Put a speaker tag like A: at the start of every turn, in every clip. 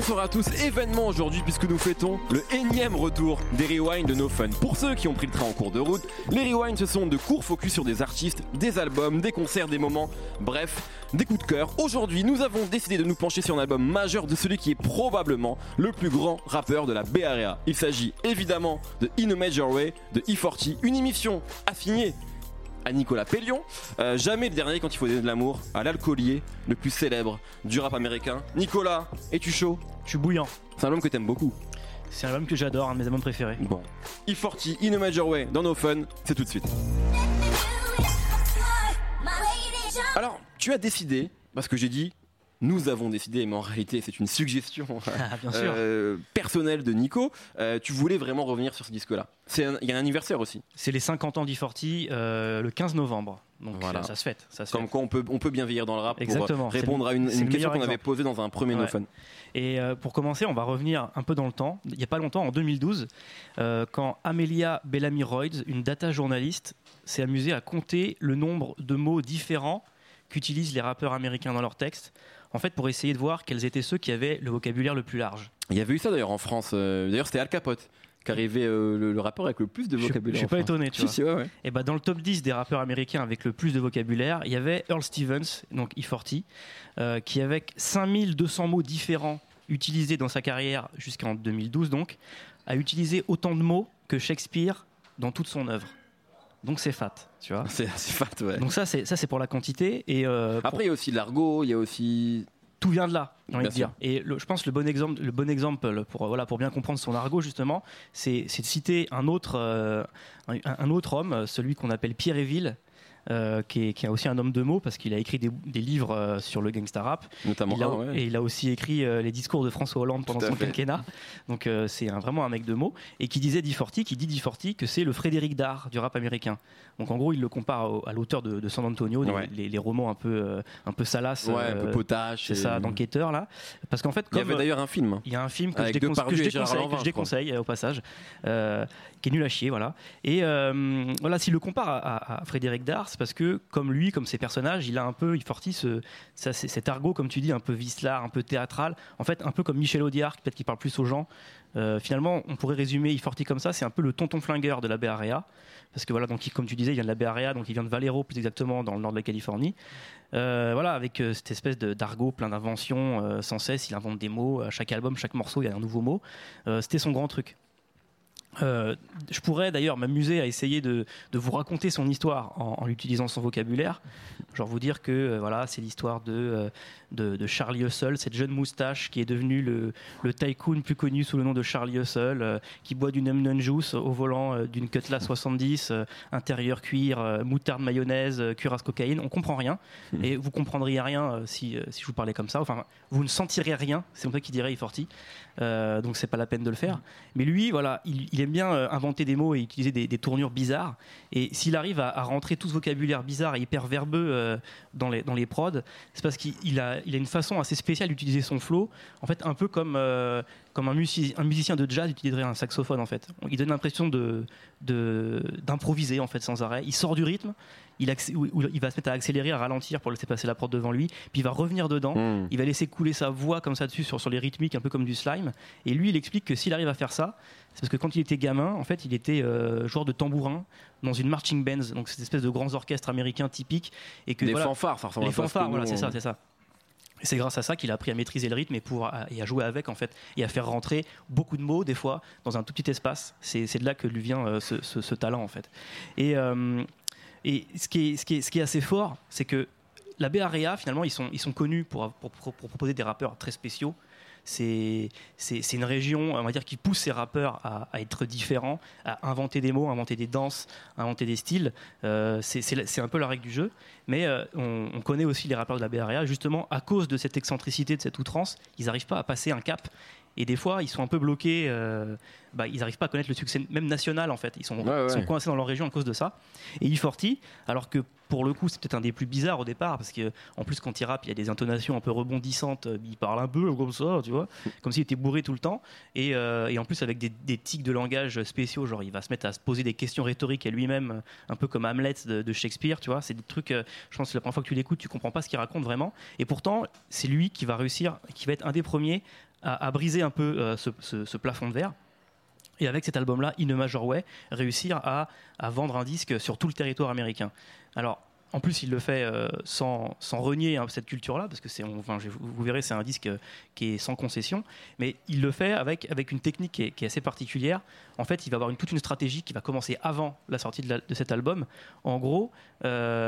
A: Bonsoir à tous, événement aujourd'hui puisque nous fêtons le énième retour des Rewind de No Fun. Pour ceux qui ont pris le train en cours de route, les Rewind ce sont de courts focus sur des artistes, des albums, des concerts, des moments, bref, des coups de cœur. Aujourd'hui, nous avons décidé de nous pencher sur un album majeur de celui qui est probablement le plus grand rappeur de la Bay Area. Il s'agit évidemment de In a Major Way de E40, une émission assignée à Nicolas Pellion, jamais le dernier quand il faut donner de l'amour, à l'alcoolier le plus célèbre du rap américain. Nicolas, es-tu chaud?
B: Je suis bouillant.
A: C'est un album que t'aimes beaucoup.
B: C'est un album que j'adore, un de mes albums préférés.
A: Bon, E40, In a Major Way, dans No Fun, c'est tout de suite. Alors, tu as décidé, parce que j'ai dit, nous avons décidé, mais en réalité c'est une suggestion
B: bien sûr.
A: personnelle de Nico, tu voulais vraiment revenir sur ce disque-là. Il y a un anniversaire aussi.
B: C'est les 50 ans d'E40 le 15 novembre. Donc
A: voilà.
B: Ça se fête.
A: Comme quoi on peut bien vieillir dans le rap.
B: Exactement.
A: Pour répondre à une question qu'on avait posée dans un premier No Fun.
B: Et pour commencer, on va revenir un peu dans le temps. Il n'y a pas longtemps, en 2012, quand Amelia Bellamy-Royds, une data journaliste, s'est amusée à compter le nombre de mots différents qu'utilisent les rappeurs américains dans leurs textes, en fait pour essayer de voir quels étaient ceux qui avaient le vocabulaire le plus large.
A: Il y avait eu ça d'ailleurs en France. D'ailleurs c'était Al Capote qui arrivait le rappeur avec le plus de vocabulaire.
B: Je suis pas étonné, tu vois.
A: Si, ouais.
B: Et bah dans le top 10 des rappeurs américains avec le plus de vocabulaire, il y avait Earl Stevens, donc E40, qui avec 5200 mots différents utilisés dans sa carrière jusqu'en 2012 donc, a utilisé autant de mots que Shakespeare dans toute son œuvre. Donc c'est fat, tu vois.
A: C'est fat, ouais.
B: Donc ça c'est pour la quantité. Et
A: après il y a aussi l'argot, il y a aussi...
B: Tout vient de là, j'ai envie de
A: sûr.
B: dire. Et je pense le bon exemple pour bien comprendre son argot justement, c'est de citer un autre homme, celui qu'on appelle Pierre Éville. Qui est aussi un homme de mots parce qu'il a écrit des livres sur le gangsta rap.
A: Notamment
B: et il a aussi écrit les discours de François Hollande pendant son quinquennat. Donc c'est vraiment un mec de mots. Et qui dit d'E40 que c'est le Frédéric Dard du rap américain. Donc en gros il le compare à l'auteur de San Antonio, les romans un peu salaces,
A: un peu potache.
B: C'est ça, d'enquêteur là. Parce qu'en fait,
A: il y avait d'ailleurs un film.
B: Il y a un film que je déconseille au passage, qui est nul à chier, voilà. Et voilà, s'il le compare à Frédéric Dard, c'est parce que comme ses personnages, il a un peu E40 cet argot, comme tu dis, un peu vicelard, un peu théâtral, en fait un peu comme Michel Audiard, peut-être qu'il parle plus aux gens. Finalement on pourrait résumer E40 comme ça, c'est un peu le tonton flingueur de la Bay Area, parce que voilà, donc comme tu disais, il vient de la Bay Area, donc il vient de Valero plus exactement, dans le nord de la Californie. Voilà, avec cette espèce d'argot plein d'inventions, sans cesse il invente des mots, à chaque album, chaque morceau il y a un nouveau mot. C'était son grand truc. Je pourrais d'ailleurs m'amuser à essayer de vous raconter son histoire en utilisant son vocabulaire, genre vous dire que voilà, c'est l'histoire de Charlie Hustle, cette jeune moustache qui est devenu le tycoon plus connu sous le nom de Charlie Hustle, qui boit du Num Juice au volant d'une Cutlass 70, intérieur cuir, moutarde mayonnaise, cuirasse cocaïne. On comprend rien et vous comprendriez rien si je vous parlais comme ça, enfin vous ne sentirez rien, c'est comme ça qu'il dirait E40. Donc c'est pas la peine de le faire, mais lui voilà, il aime bien inventer des mots et utiliser des tournures bizarres, et s'il arrive à rentrer tout ce vocabulaire bizarre et hyper verbeux dans les prods, c'est parce qu'il a une façon assez spéciale d'utiliser son flow, en fait un peu comme un musicien de jazz utiliserait un saxophone en fait. Il donne l'impression d'improviser en fait sans arrêt, il sort du rythme, il va se mettre à accélérer, à ralentir pour laisser passer la prod devant lui, puis il va revenir dedans, il va laisser couler sa voix comme ça dessus sur les rythmiques, un peu comme du slime. Et lui il explique que s'il arrive à faire ça, c'est parce que quand il était gamin, en fait il était joueur de tambourin dans une marching band, donc cette espèce de grands orchestres américains typiques, et que
A: fanfares, ça ressemble à
B: les fanfares, voilà, c'est ça. Et c'est grâce à ça qu'il a appris à maîtriser le rythme et à jouer avec en fait, et à faire rentrer beaucoup de mots des fois dans un tout petit espace. C'est de là que lui vient ce talent en fait. Et ce qui est assez fort, c'est que la Bay Area, finalement, ils sont connus pour proposer des rappeurs très spéciaux. C'est une région, on va dire, qui pousse ses rappeurs à être différents, à inventer des mots, à inventer des danses, à inventer des styles. C'est un peu la règle du jeu. Mais on connaît aussi les rappeurs de la Bay Area, justement, à cause de cette excentricité, de cette outrance, ils n'arrivent pas à passer un cap. Et des fois, ils sont un peu bloqués, ils n'arrivent pas à connaître le succès, même national en fait. Ils sont coincés dans leur région à cause de ça. Et E40, alors que pour le coup, c'est peut-être un des plus bizarres au départ, parce qu'en plus, quand il rappe, il y a des intonations un peu rebondissantes, il parle un peu comme ça, tu vois, comme s'il était bourré tout le temps. Et en plus, avec des tics de langage spéciaux, genre il va se mettre à se poser des questions rhétoriques à lui-même, un peu comme Hamlet de Shakespeare, tu vois. C'est des trucs, je pense que la première fois que tu l'écoutes, tu comprends pas ce qu'il raconte vraiment. Et pourtant, c'est lui qui va réussir, qui va être un des premiers à briser un peu ce plafond de verre. Et avec cet album-là, In a Major Way, réussir à vendre un disque sur tout le territoire américain. Alors, en plus, il le fait sans renier cette culture-là, parce que vous verrez, c'est un disque qui est sans concession, mais il le fait avec une technique qui est assez particulière. En fait, il va avoir toute une stratégie qui va commencer avant la sortie de cet album. En gros, il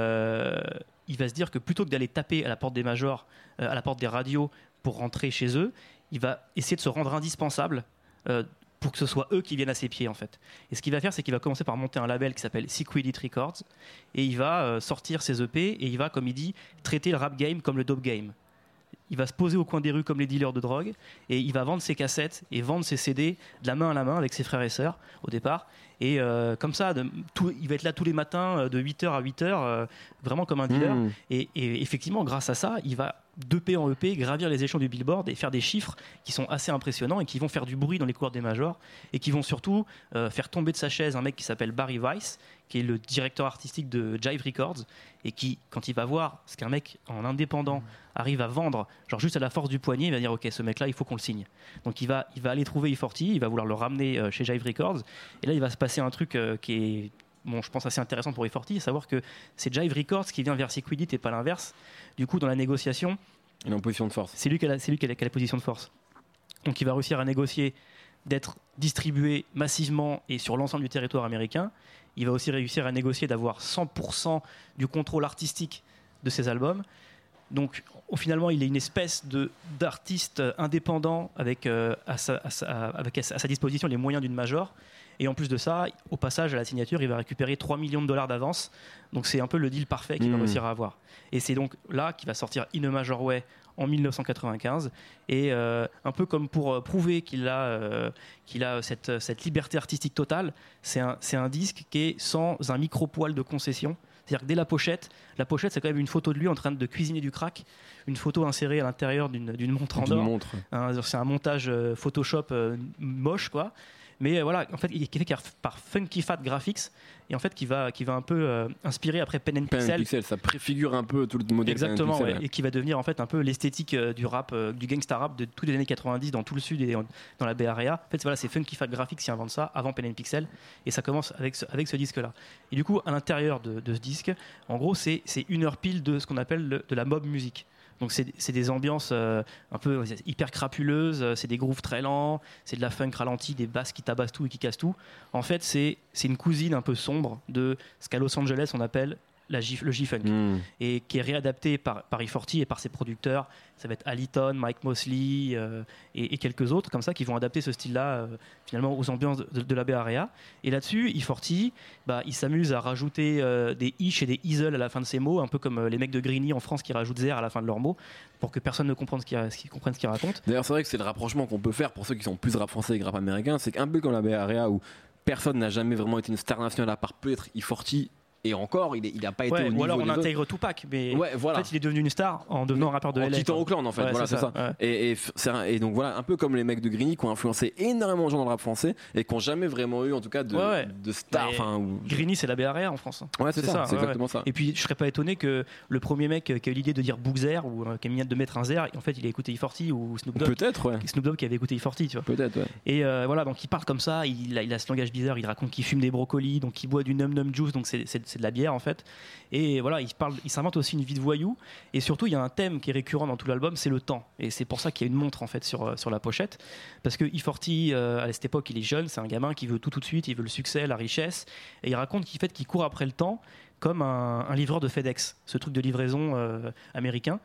B: va se dire que plutôt que d'aller taper à la porte des majors, à la porte des radios pour rentrer chez eux, il va essayer de se rendre indispensable pour que ce soit eux qui viennent à ses pieds en fait. Et ce qu'il va faire, c'est qu'il va commencer par monter un label qui s'appelle Sequidit Records et il va sortir ses EP et il va, comme il dit, traiter le rap game comme le dope game. Il va se poser au coin des rues comme les dealers de drogue et il va vendre ses cassettes et vendre ses CD de la main à la main avec ses frères et sœurs au départ. Et comme ça, il va être là tous les matins de 8h à 8h, vraiment comme un dealer. Et effectivement, grâce à ça, il va d'EP en EP gravir les échelons du Billboard et faire des chiffres qui sont assez impressionnants et qui vont faire du bruit dans les couloirs des majors et qui vont surtout faire tomber de sa chaise un mec qui s'appelle Barry Weiss, qui est le directeur artistique de Jive Records et qui, quand il va voir ce qu'un mec en indépendant arrive à vendre, genre juste à la force du poignet, il va dire ok, ce mec là il faut qu'on le signe. Donc il va aller trouver E40, il va vouloir le ramener chez Jive Records et là il va se passer un truc qui est, bon, je pense assez intéressant pour E40, savoir que c'est Jive Records qui vient vers Sequidit et pas l'inverse. Du coup, dans la négociation,
A: il est en position de force.
B: C'est lui qui a la position de force. Donc il va réussir à négocier d'être distribué massivement et sur l'ensemble du territoire américain. Il va aussi réussir à négocier d'avoir 100% du contrôle artistique de ses albums. Donc finalement, il est une espèce d'artiste indépendant avec à sa disposition les moyens d'une major. Et en plus de ça, au passage à la signature, il va récupérer $3 millions d'avance. Donc c'est un peu le deal parfait qu'il va réussir à avoir. Et c'est donc là qu'il va sortir In a Major Way en 1995. Et un peu comme pour prouver qu'il a cette liberté artistique totale, c'est un disque qui est sans un micro-poil de concession. C'est-à-dire que dès la pochette, c'est quand même une photo de lui en train de cuisiner du crack, une photo insérée à l'intérieur d'une montre en or. C'est un montage Photoshop moche, quoi. Mais voilà, en fait, il est fait par Funky Fat Graphics et en fait qui va un peu inspirer après Pen & Pixel.
A: Ça préfigure un peu tout le modèle.
B: Exactement, ouais, et qui va devenir en fait un peu l'esthétique du rap, du gangsta rap de tous les années 90 dans tout le sud et dans la Bay Area. En fait, voilà, c'est Funky Fat Graphics qui invente ça avant Pen & Pixel et ça commence avec ce disque-là. Et du coup, à l'intérieur de ce disque, en gros, c'est une heure pile de ce qu'on appelle de la mob music. Donc c'est des ambiances un peu hyper crapuleuses, c'est des grooves très lents, c'est de la funk ralentie, des basses qui tabassent tout et qui cassent tout. En fait, c'est une cousine un peu sombre de ce qu'à Los Angeles on appelle le G-Funk et qui est réadapté par E40 et par ses producteurs. Ça va être Aliton, Mike Mosley et quelques autres comme ça qui vont adapter ce style-là finalement aux ambiances de la Bay Area. Et là-dessus, E40, il s'amuse à rajouter des ish et des isle à la fin de ses mots, un peu comme les mecs de Greeny en France qui rajoutent zer à la fin de leurs mots pour que personne ne comprenne ce qu'ils racontent.
A: D'ailleurs, c'est vrai que c'est le rapprochement qu'on peut faire pour ceux qui sont plus rap français et rap américain. C'est qu'un peu comme la Bay Area où personne n'a jamais vraiment été une star nationale à part peut-être E40. Et encore, il n'a pas été au niveau.
B: Ou alors on intègre Tupac, mais
A: voilà.
B: En fait il est devenu une star en devenant rappeur de LA.
A: En quittant Oakland en fait,
B: ouais,
A: voilà c'est ça. Ouais. Et donc voilà, un peu comme les mecs de Greeny qui ont influencé énormément de gens dans le rap français et qui n'ont jamais vraiment eu en tout cas de star.
B: Greeny c'est la Bay Area en France.
A: Ouais c'est ça, c'est exactement ça.
B: Et puis je serais pas étonné que le premier mec qui a eu l'idée de dire Bougzer ou qui a mis de mettre un zer, en fait il a écouté E40 ou Snoop Dogg.
A: Peut-être ouais.
B: Snoop Dogg qui avait écouté E40, tu vois.
A: Peut-être ouais.
B: Et voilà, donc il parle comme ça, il a ce langage bizarre, il raconte qu'il fume des brocolis, donc il boit du num num juice, donc c'est de la bière en fait. Et voilà, il s'invente aussi une vie de voyou. Et surtout, il y a un thème qui est récurrent dans tout l'album, c'est le temps. Et c'est pour ça qu'il y a une montre en fait sur la pochette. Parce que E40, à cette époque, il est jeune, c'est un gamin qui veut tout de suite, il veut le succès, la richesse. Et il raconte qu'il court après le temps comme un livreur de FedEx, ce truc de livraison américain.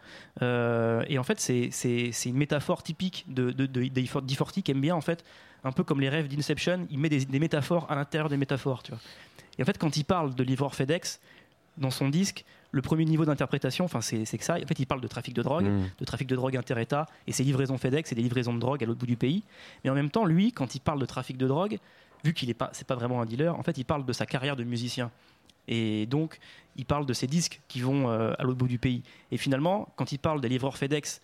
B: Et en fait, c'est une métaphore typique d'E40 qui aime bien en fait, un peu comme les rêves d'Inception, il met des métaphores à l'intérieur des métaphores, tu vois. Et en fait, quand il parle de livreur FedEx, dans son disque, le premier niveau d'interprétation, c'est que ça. En fait, il parle de trafic de drogue inter-État, et ses livraisons FedEx, c'est des livraisons de drogue à l'autre bout du pays. Mais en même temps, lui, quand il parle de trafic de drogue, vu c'est pas vraiment un dealer, en fait, il parle de sa carrière de musicien. Et donc, il parle de ses disques qui vont à l'autre bout du pays. Et finalement, quand il parle des livreurs FedEx,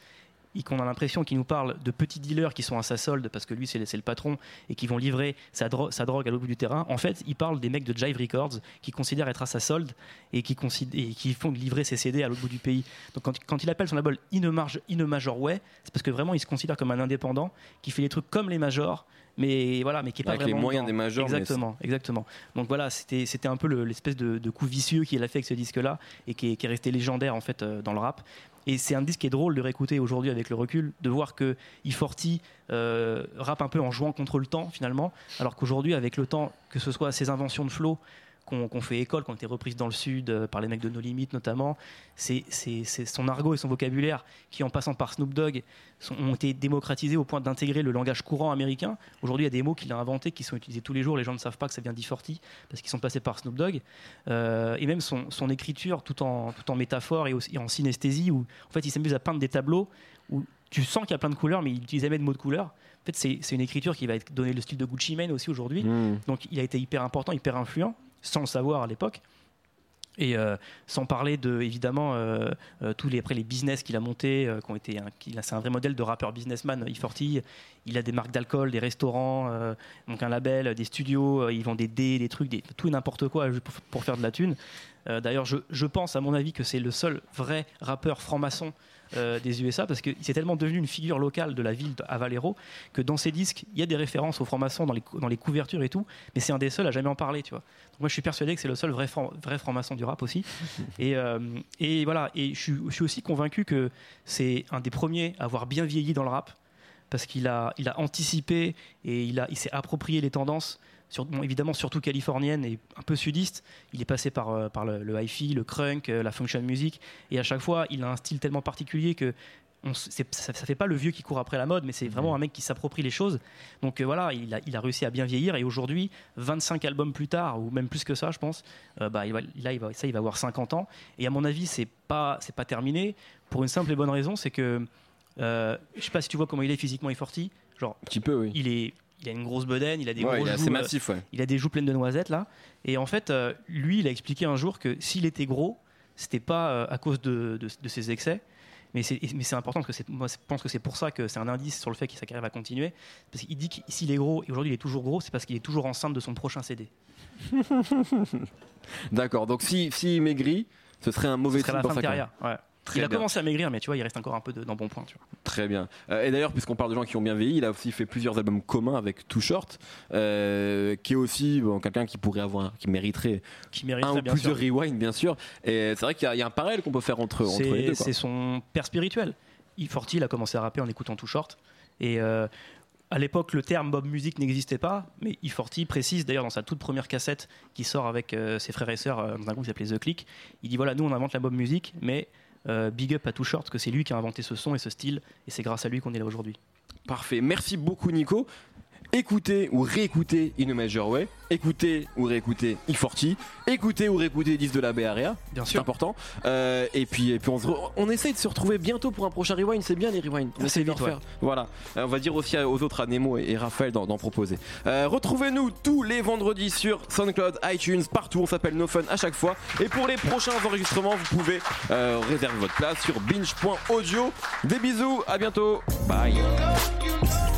B: et qu'on a l'impression qu'il nous parle de petits dealers qui sont à sa solde parce que lui c'est le patron et qui vont livrer sa drogue à l'autre bout du terrain, en fait il parle des mecs de Jive Records qui considèrent être à sa solde et qui font livrer ses CD à l'autre bout du pays. Donc quand il appelle son label In a Major Way, c'est parce que vraiment il se considère comme un indépendant qui fait des trucs comme les majors, mais voilà, mais qui est pas
A: avec
B: vraiment
A: les moyens des majors.
B: Exactement. Donc voilà, c'était un peu l'espèce de coup vicieux qu'il a fait avec ce disque-là et qui est resté légendaire en fait dans le rap. Et c'est un disque qui est drôle de réécouter aujourd'hui avec le recul, de voir que E40 rappe un peu en jouant contre le temps finalement, alors qu'aujourd'hui avec le temps, que ce soit ses inventions de flow qu'on fait école, qui ont été reprises dans le sud par les mecs de No Limit notamment, c'est son argot et son vocabulaire qui, en passant par Snoop Dogg, ont été démocratisés au point d'intégrer le langage courant américain. Aujourd'hui, il y a des mots qu'il a inventés qui sont utilisés tous les jours, les gens ne savent pas que ça vient d'E40 parce qu'ils sont passés par Snoop Dogg. Et même son écriture tout en métaphore et en synesthésie, où en fait il s'amuse à peindre des tableaux où tu sens qu'il y a plein de couleurs, mais il utilise jamais de mots de couleur. En fait, c'est une écriture qui va donner le style de Gucci Mane aussi aujourd'hui. Donc il a été hyper important, hyper influent, sans le savoir à l'époque. Et sans parler de évidemment tous les business qu'il a montés, c'est un vrai modèle de rappeur businessman. E40, il a des marques d'alcool, des restaurants, donc un label, des studios, ils vendent des dés, des trucs, tout et n'importe quoi pour faire de la thune. D'ailleurs, je pense à mon avis que c'est le seul vrai rappeur franc-maçon des USA, parce que c'est tellement devenu une figure locale de la ville à Valero que dans ses disques il y a des références aux francs-maçons dans les couvertures et tout, mais c'est un des seuls à jamais en parler, tu vois. Donc moi je suis persuadé que c'est le seul vrai franc-maçon du rap aussi. Et voilà, et je suis aussi convaincu que c'est un des premiers à avoir bien vieilli dans le rap, parce qu'il a anticipé et il s'est approprié les tendances, évidemment surtout californienne et un peu sudiste. Il est passé par le hi-fi, le crunk, la function music, et à chaque fois il a un style tellement particulier que ça fait pas le vieux qui court après la mode, mais c'est vraiment un mec qui s'approprie les choses. Donc voilà, il a réussi à bien vieillir, et aujourd'hui 25 albums plus tard, ou même plus que ça je pense, il va avoir 50 ans, et à mon avis c'est pas terminé, pour une simple et bonne raison, c'est que je sais pas si tu vois comment il est physiquement, E40, genre
A: un petit peu, oui.
B: Il a une grosse bedaine, il a des gros joues,
A: assez massif, ouais.
B: Il a des joues pleines de noisettes là. Et en fait, lui, il a expliqué un jour que s'il était gros, c'était pas à cause de ses excès, mais c'est important, parce que moi je pense que c'est pour ça que c'est un indice sur le fait que sa carrière va continuer. Parce qu'il dit que s'il est gros, et aujourd'hui il est toujours gros, c'est parce qu'il est toujours enceinte de son prochain CD.
A: D'accord. Donc s'il maigrit, ce serait un mauvais signe pour sa carrière.
B: Ouais. Il a commencé à maigrir, mais tu vois, il reste encore un peu d'embonpoint, tu vois.
A: Très bien. Et d'ailleurs, puisqu'on parle de gens qui ont bien vieilli, il a aussi fait plusieurs albums communs avec Too Short, qui est aussi quelqu'un qui mériterait un ou plusieurs rewinds, bien sûr. Et c'est vrai qu'il y a un parallèle qu'on peut faire entre les deux, quoi.
B: C'est son père spirituel. E40, il a commencé à rapper en écoutant Too Short. Et à l'époque, le terme Bob Music n'existait pas, mais E40 précise d'ailleurs dans sa toute première cassette qui sort avec ses frères et sœurs dans un groupe qui s'appelait The Click. Il dit voilà, nous on invente la Bob Music, mais big up à Too Short, que c'est lui qui a inventé ce son et ce style, et c'est grâce à lui qu'on est là aujourd'hui.
A: Parfait, merci beaucoup Nico. Écoutez ou réécoutez In a Major Way, écoutez ou réécoutez E40, écoutez ou réécoutez les disques de la Bay Area, bien sûr, c'est important. Et puis on essaye de se retrouver bientôt pour un prochain rewind, c'est bien les rewinds, on essaie de le faire. Voilà, on va dire aussi aux autres, à Nemo et Raphaël d'en proposer. Retrouvez-nous tous les vendredis sur SoundCloud, iTunes, partout, on s'appelle No Fun à chaque fois. Et pour les prochains enregistrements, vous pouvez réserver votre place sur binge.audio. Des bisous, à bientôt, bye.